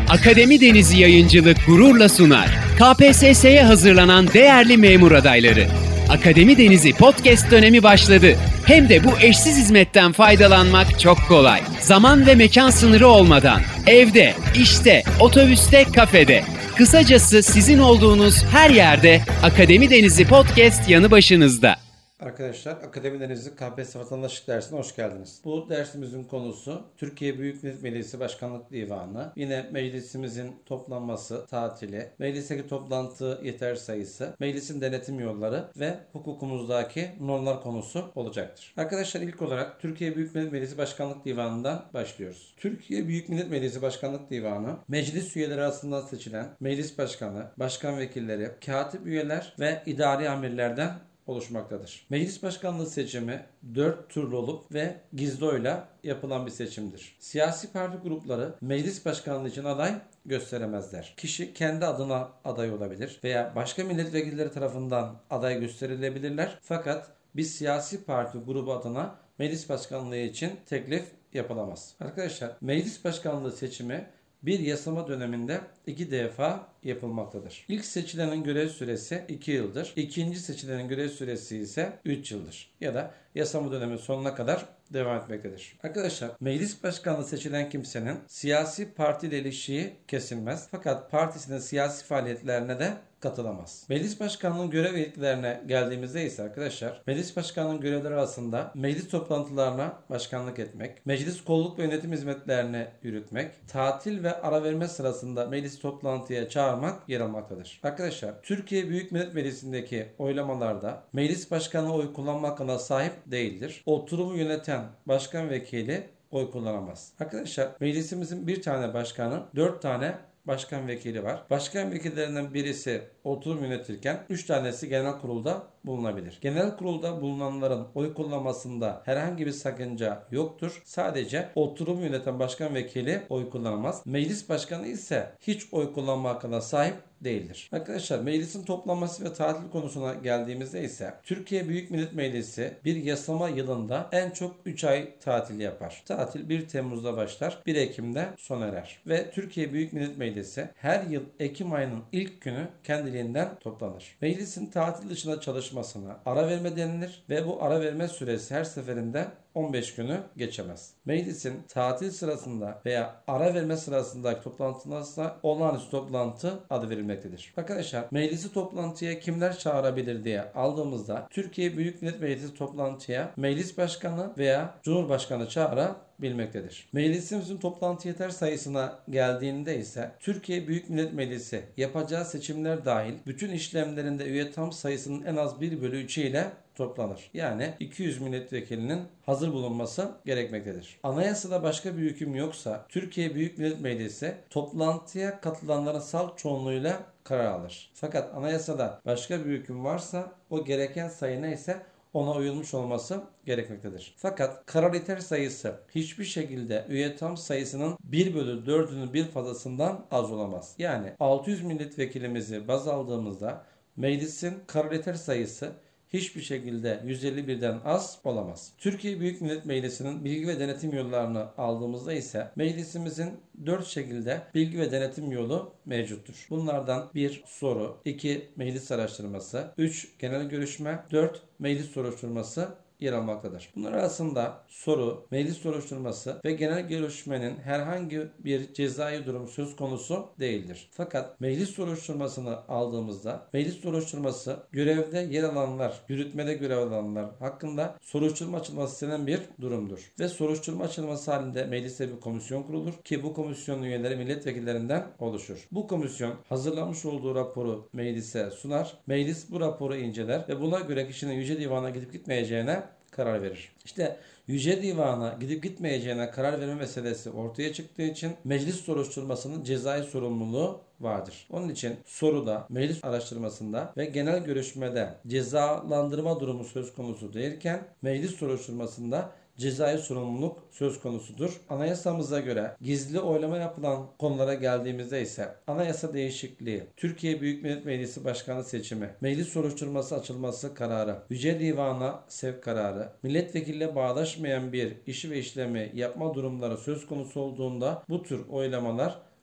Akademi Denizi Yayıncılık gururla sunar. KPSS'ye hazırlanan değerli memur adayları. Akademi Denizi Podcast dönemi başladı. Hem de bu eşsiz hizmetten faydalanmak çok kolay. Zaman ve mekan sınırı olmadan. Evde, işte, otobüste, kafede. Kısacası sizin olduğunuz her yerde Akademi Denizi Podcast yanı başınızda. Arkadaşlar, Akademi Denizi KPSS Vatandaşlık dersine hoş geldiniz. Bu dersimizin konusu Türkiye Büyük Millet Meclisi Başkanlık Divanı. Yine meclisimizin toplanması, tatili, meclisteki toplantı yeter sayısı, meclisin denetim yolları ve hukukumuzdaki normlar konusu olacaktır. Arkadaşlar, ilk olarak Türkiye Büyük Millet Meclisi Başkanlık Divanı'ndan başlıyoruz. Türkiye Büyük Millet Meclisi Başkanlık Divanı, meclis üyeleri arasından seçilen meclis başkanı, başkan vekilleri, katip üyeler ve idari amirlerden oluşmaktadır. Meclis başkanlığı seçimi 4 turlu olup ve gizli oyla yapılan bir seçimdir. Siyasi parti grupları meclis başkanlığı için aday gösteremezler. Kişi kendi adına aday olabilir veya başka milletvekilleri tarafından aday gösterilebilirler. Fakat bir siyasi parti grubu adına meclis başkanlığı için teklif yapılamaz. Arkadaşlar, meclis başkanlığı seçimi bir yasama döneminde 2 defa yapılmaktadır. İlk seçilenin görev süresi 2 yıldır. İkinci seçilenin görev süresi ise 3 yıldır. Ya da yasama dönemi sonuna kadar devam etmektedir. Arkadaşlar, meclis başkanlığı seçilen kimsenin siyasi partiyle ilişiği kesilmez. Fakat partisinin siyasi faaliyetlerine de katılamaz. Meclis başkanlığının görev yetkilerine geldiğimizde ise arkadaşlar, meclis başkanlığının görevleri arasında meclis toplantılarına başkanlık etmek, meclis kolluk ve yönetim hizmetlerini yürütmek, tatil ve ara verme sırasında meclis toplantıya çağırmak yer almaktadır. Arkadaşlar, Türkiye Büyük Millet Meclisi'ndeki oylamalarda meclis başkanı oy kullanma hakkına sahip değildir. Oturumu yöneten başkan vekili oy kullanamaz. Arkadaşlar, meclisimizin bir tane başkanı, 4 tane başkan vekili var. Başkan vekillerinden birisi oturum yönetirken 3 tanesi genel kurulda bulunabilir. Genel kurulda bulunanların oy kullanmasında herhangi bir sakınca yoktur. Sadece oturum yöneten başkan vekili oy kullanamaz. Meclis başkanı ise hiç oy kullanma hakkına sahip değildir. Arkadaşlar, meclisin toplanması ve tatil konusuna geldiğimizde ise Türkiye Büyük Millet Meclisi bir yasama yılında en çok 3 ay tatil yapar. Tatil 1 Temmuz'da başlar, 1 Ekim'de sona erer. Ve Türkiye Büyük Millet Meclisi her yıl Ekim ayının ilk günü kendiliğinden toplanır. Meclisin tatil dışında çalışmasına ara verme denilir ve bu ara verme süresi her seferinde 15 günü geçemez. Meclisin tatil sırasında veya ara verme sırasındaki toplantılarsa olağanüstü toplantı adı verilmektedir. Arkadaşlar, meclisi toplantıya kimler çağırabilir diye aldığımızda Türkiye Büyük Millet Meclisi toplantıya meclis başkanı veya cumhurbaşkanı çağırabilmektedir. Meclisimizin toplantı yeter sayısına geldiğinde ise Türkiye Büyük Millet Meclisi yapacağı seçimler dahil bütün işlemlerinde üye tam sayısının en az 1/3 ile toplanır. Yani 200 milletvekilinin hazır bulunması gerekmektedir. Anayasada başka bir hüküm yoksa Türkiye Büyük Millet Meclisi toplantıya katılanların salt çoğunluğuyla karar alır. Fakat anayasada başka bir hüküm varsa o gereken sayı neyse ona uyulmuş olması gerekmektedir. Fakat karar yeter sayısı hiçbir şekilde üye tam sayısının 1/4'ünün bir fazlasından az olamaz. Yani 600 milletvekilimizi baz aldığımızda meclisin karar yeter sayısı hiçbir şekilde 151'den az olamaz. Türkiye Büyük Millet Meclisi'nin bilgi ve denetim yollarını aldığımızda ise meclisimizin 4 şekilde bilgi ve denetim yolu mevcuttur. Bunlardan 1 soru, 2 meclis araştırması, 3 genel görüşme, 4 meclis soruşturması yer almaktadır. Bunlar arasında soru, meclis soruşturması ve genel görüşmenin herhangi bir cezai durum söz konusu değildir. Fakat meclis soruşturmasını aldığımızda meclis soruşturması görevde yer alanlar, yürütmede görev alanlar hakkında soruşturma açılması istenen bir durumdur. Ve soruşturma açılması halinde mecliste bir komisyon kurulur ki bu komisyonun üyeleri milletvekillerinden oluşur. Bu komisyon hazırlamış olduğu raporu meclise sunar. Meclis bu raporu inceler ve buna göre kişinin Yüce Divan'a gidip gitmeyeceğine karar verir. İşte Yüce Divan'a gidip gitmeyeceğine karar verme meselesi ortaya çıktığı için meclis soruşturmasının cezai sorumluluğu vardır. Onun için soruda, meclis araştırmasında ve genel görüşmede cezalandırma durumu söz konusu değilken meclis soruşturmasında cezai sorumluluk söz konusudur. Anayasamıza göre gizli oylama yapılan konulara geldiğimizde ise anayasa değişikliği, Türkiye Büyük Millet Meclisi Başkanı seçimi, meclis soruşturması açılması kararı, Yüce Divan'a sevk kararı, milletvekiliyle bağdaşmayan bir işi ve işlemi yapma durumları söz konusu olduğunda bu tür oylamalar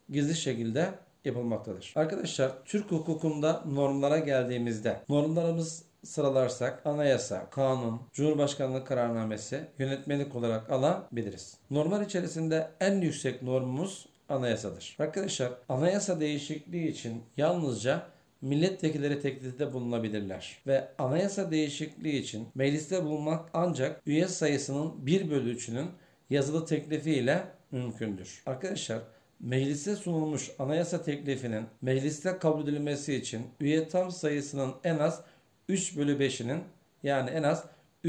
gizli şekilde yapılmaktadır. Arkadaşlar Türk hukukunda normlara geldiğimizde normlarımız sıralarsak anayasa, kanun, Cumhurbaşkanlığı kararnamesi, yönetmelik olarak alabiliriz. Normlar içerisinde en yüksek normumuz anayasadır. Arkadaşlar anayasa değişikliği için yalnızca milletvekilleri teklifte bulunabilirler. Ve anayasa değişikliği için mecliste bulunmak ancak üye sayısının 1/3'ünün yazılı teklifiyle mümkündür. Arkadaşlar meclise sunulmuş anayasa teklifinin mecliste kabul edilmesi için üye tam sayısının en az 3/5'inin yani en az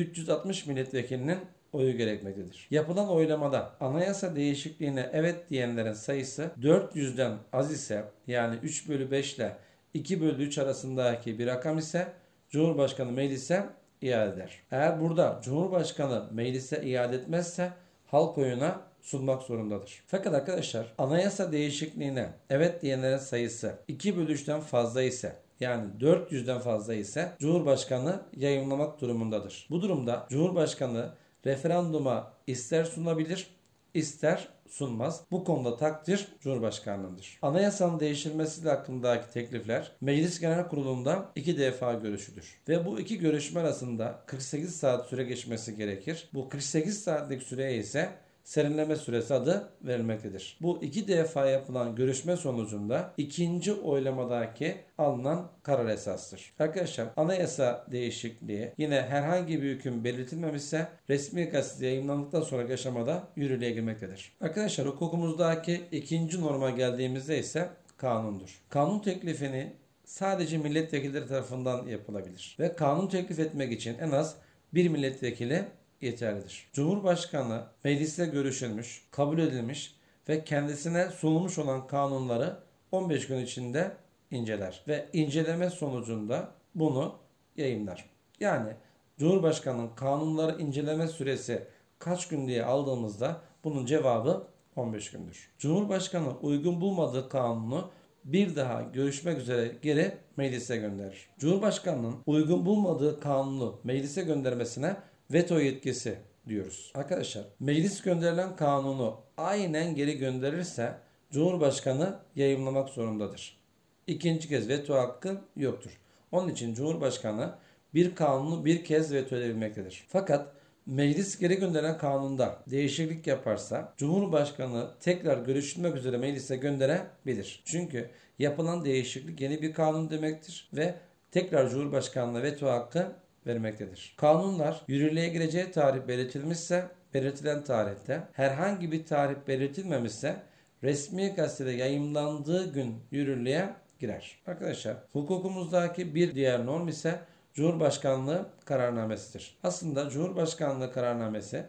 360 milletvekilinin oyu gerekmektedir. Yapılan oylamada anayasa değişikliğine evet diyenlerin sayısı 400'den az ise yani 3/5 ile 2/3 arasındaki bir rakam ise Cumhurbaşkanı meclise iade eder. Eğer burada Cumhurbaşkanı meclise iade etmezse halk oyuna sunmak zorundadır. Fakat arkadaşlar anayasa değişikliğine evet diyenlerin sayısı 2/3'ten fazla ise yani 400'den fazla ise Cumhurbaşkanı yayımlamak durumundadır. Bu durumda Cumhurbaşkanı referanduma ister sunabilir, ister sunmaz. Bu konuda takdir Cumhurbaşkanlığıdır. Anayasanın değiştirilmesi hakkındaki teklifler Meclis Genel Kurulu'nda 2 defa görüşülür. Ve bu 2 görüşme arasında 48 saat süre geçmesi gerekir. Bu 48 saatlik süreye ise serinleme süresi adı verilmektedir. Bu 2 defa yapılan görüşme sonucunda ikinci oylamadaki alınan karar esastır. Arkadaşlar anayasa değişikliği yine herhangi bir hüküm belirtilmemişse resmi gazetede yayınlandıktan sonraki aşamada yürürlüğe girmektedir. Arkadaşlar hukukumuzdaki ikinci norma geldiğimizde ise kanundur. Kanun teklifini sadece milletvekilleri tarafından yapılabilir. Ve kanun teklif etmek için en az bir milletvekili yeterlidir. Cumhurbaşkanı mecliste görüşülmüş, kabul edilmiş ve kendisine sunulmuş olan kanunları 15 gün içinde inceler ve inceleme sonucunda bunu yayımlar. Yani Cumhurbaşkanı'nın kanunları inceleme süresi kaç gün diye aldığımızda bunun cevabı 15 gündür. Cumhurbaşkanı uygun bulmadığı kanunu bir daha görüşmek üzere geri meclise gönderir. Cumhurbaşkanının uygun bulmadığı kanunu meclise göndermesine veto yetkisi diyoruz. Arkadaşlar meclis gönderilen kanunu aynen geri gönderirse Cumhurbaşkanı yayımlamak zorundadır. İkinci kez veto hakkı yoktur. Onun için Cumhurbaşkanı bir kanunu bir kez veto edebilmektedir. Fakat meclis geri gönderen kanunda değişiklik yaparsa Cumhurbaşkanı tekrar görüşülmek üzere meclise gönderebilir. Çünkü yapılan değişiklik yeni bir kanun demektir ve tekrar Cumhurbaşkanı'na veto hakkı vermektedir. Kanunlar yürürlüğe gireceği tarih belirtilmişse belirtilen tarihte, herhangi bir tarih belirtilmemişse resmi gazetede yayımlandığı gün yürürlüğe girer. Arkadaşlar hukukumuzdaki bir diğer norm ise Cumhurbaşkanlığı kararnamesidir. Aslında Cumhurbaşkanlığı kararnamesi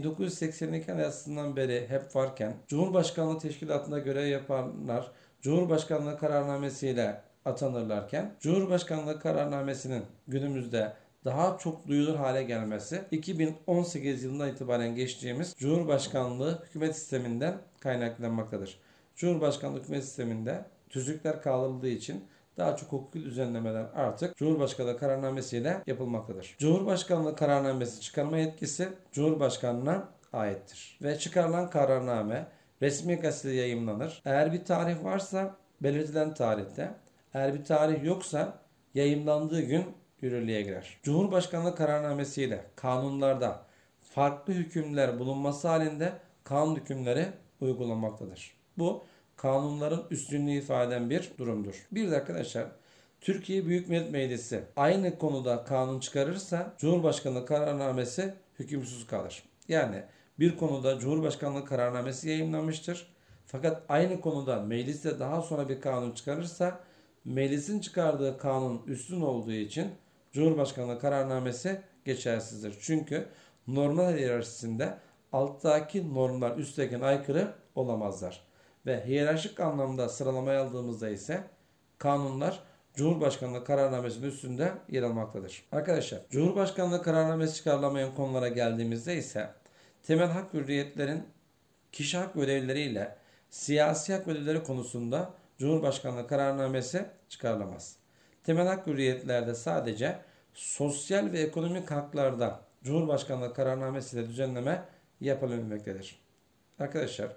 1982 Anayasası'ndan beri hep varken Cumhurbaşkanlığı teşkilatında görev yapanlar Cumhurbaşkanlığı kararnamesiyle atanırlarken Cumhurbaşkanlığı kararnamesinin günümüzde daha çok duyulur hale gelmesi 2018 yılından itibaren geçtiğimiz Cumhurbaşkanlığı hükümet sisteminden kaynaklanmaktadır. Cumhurbaşkanlığı hükümet sisteminde tüzükler kaldırıldığı için daha çok hukuki düzenlemeler artık Cumhurbaşkanlığı kararnamesiyle yapılmaktadır. Cumhurbaşkanlığı kararnamesi çıkarma yetkisi Cumhurbaşkanlığına aittir. Ve çıkarılan kararname resmi gazetede yayımlanır. Eğer bir tarih varsa belirtilen tarihte, eğer bir tarih yoksa yayımlandığı gün yürürlüğe girer. Cumhurbaşkanlığı kararnamesiyle kanunlarda farklı hükümler bulunması halinde kanun hükümleri uygulanmaktadır. Bu kanunların üstünlüğü ifade eden bir durumdur. Bir de arkadaşlar Türkiye Büyük Millet Meclisi aynı konuda kanun çıkarırsa Cumhurbaşkanlığı kararnamesi hükümsüz kalır. Yani bir konuda Cumhurbaşkanlığı kararnamesi yayımlanmıştır. Fakat aynı konuda mecliste daha sonra bir kanun çıkarırsa meclisin çıkardığı kanun üstün olduğu için Cumhurbaşkanlığı kararnamesi geçersizdir. Çünkü normlar hiyerarşisinde alttaki normlar üsttekine aykırı olamazlar. Ve hiyerarşik anlamda sıralamaya aldığımızda ise kanunlar Cumhurbaşkanlığı kararnamesinin üstünde yer almaktadır. Arkadaşlar Cumhurbaşkanlığı kararnamesi çıkarılamayan konulara geldiğimizde ise temel hak hürriyetlerin kişi hak ödevleriyle siyasi hak ödevleri konusunda Cumhurbaşkanlığı kararnamesi çıkarılamaz. Temel hak hürriyetlerde sadece sosyal ve ekonomik haklarda Cumhurbaşkanlığı kararnamesiyle düzenleme yapılabilmektedir. Arkadaşlar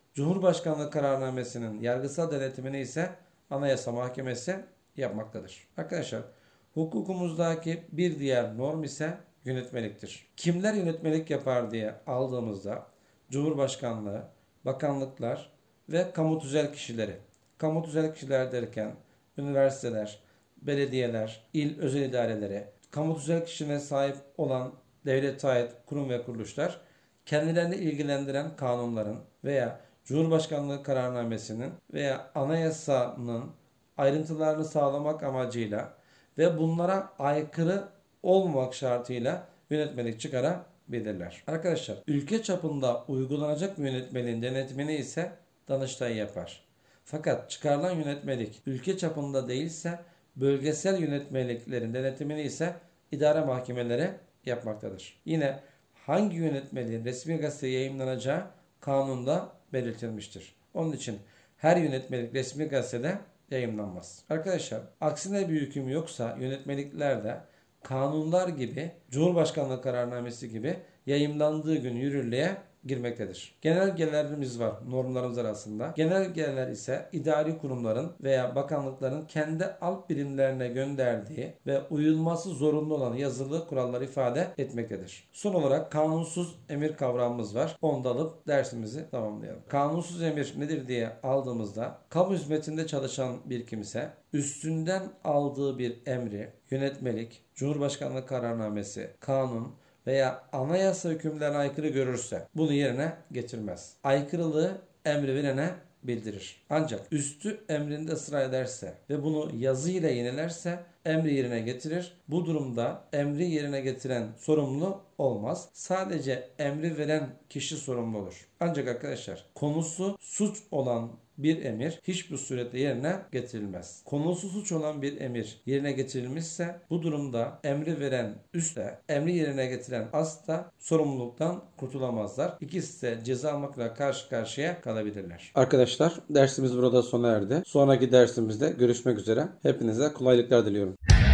Cumhurbaşkanlığı kararnamesinin yargısal denetimini ise Anayasa Mahkemesi yapmaktadır. Arkadaşlar, hukukumuzdaki bir diğer norm ise yönetmeliktir. Kimler yönetmelik yapar diye aldığımızda Cumhurbaşkanlığı, bakanlıklar ve kamu tüzel kişileri. Kamu tüzel kişiler derken üniversiteler, belediyeler, il özel idareleri, kamu tüzel kişiliğine sahip olan devlete ait kurum ve kuruluşlar kendilerini ilgilendiren kanunların veya Cumhurbaşkanlığı kararnamesinin veya anayasanın ayrıntılarını sağlamak amacıyla ve bunlara aykırı olmamak şartıyla yönetmelik çıkarabilirler. Arkadaşlar, ülke çapında uygulanacak yönetmeliğin denetimini ise Danıştay yapar. Fakat çıkarılan yönetmelik ülke çapında değilse bölgesel yönetmeliklerin denetimini ise idare mahkemeleri yapmaktadır. Yine hangi yönetmeliğin resmi gazeteye yayımlanacağı kanunda belirtilmiştir. Onun için her yönetmelik resmi gazetede yayımlanmaz. Arkadaşlar, aksine bir hüküm yoksa yönetmeliklerde kanunlar gibi Cumhurbaşkanlığı kararnamesi gibi yayımlandığı gün yürürlüğe girmektedir. Genelgelerimiz var normlarımız arasında. Genelgeler ise idari kurumların veya bakanlıkların kendi alt birimlerine gönderdiği ve uyulması zorunlu olan yazılı kuralları ifade etmektedir. Son olarak kanunsuz emir kavramımız var. Onu da alıp dersimizi tamamlayalım. Kanunsuz emir nedir diye aldığımızda kamu hizmetinde çalışan bir kimse üstünden aldığı bir emri, yönetmelik, Cumhurbaşkanlığı kararnamesi, kanun veya anayasa hükümlerine aykırı görürse bunu yerine getirmez. Aykırılığı emri verene bildirir. Ancak üstü emrinde ısrar ederse ve bunu yazı ile yenilerse emri yerine getirir. Bu durumda emri yerine getiren sorumlu olmaz. Sadece emri veren kişi sorumlu olur. Ancak arkadaşlar, konusu suç olan bir emir hiçbir surette yerine getirilmez. Konusu suç olan bir emir yerine getirilmişse bu durumda emri veren üst de emri yerine getiren ast da sorumluluktan kurtulamazlar. İkisi de ceza almakla karşı karşıya kalabilirler. Arkadaşlar, dersimiz burada sona erdi. Sonraki dersimizde görüşmek üzere. Hepinize kolaylıklar diliyorum.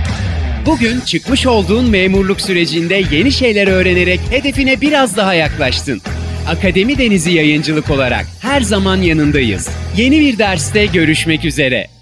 Bugün çıkmış olduğun memurluk sürecinde yeni şeyler öğrenerek hedefine biraz daha yaklaştın. Akademi Denizi Yayıncılık olarak her zaman yanındayız. Yeni bir derste görüşmek üzere.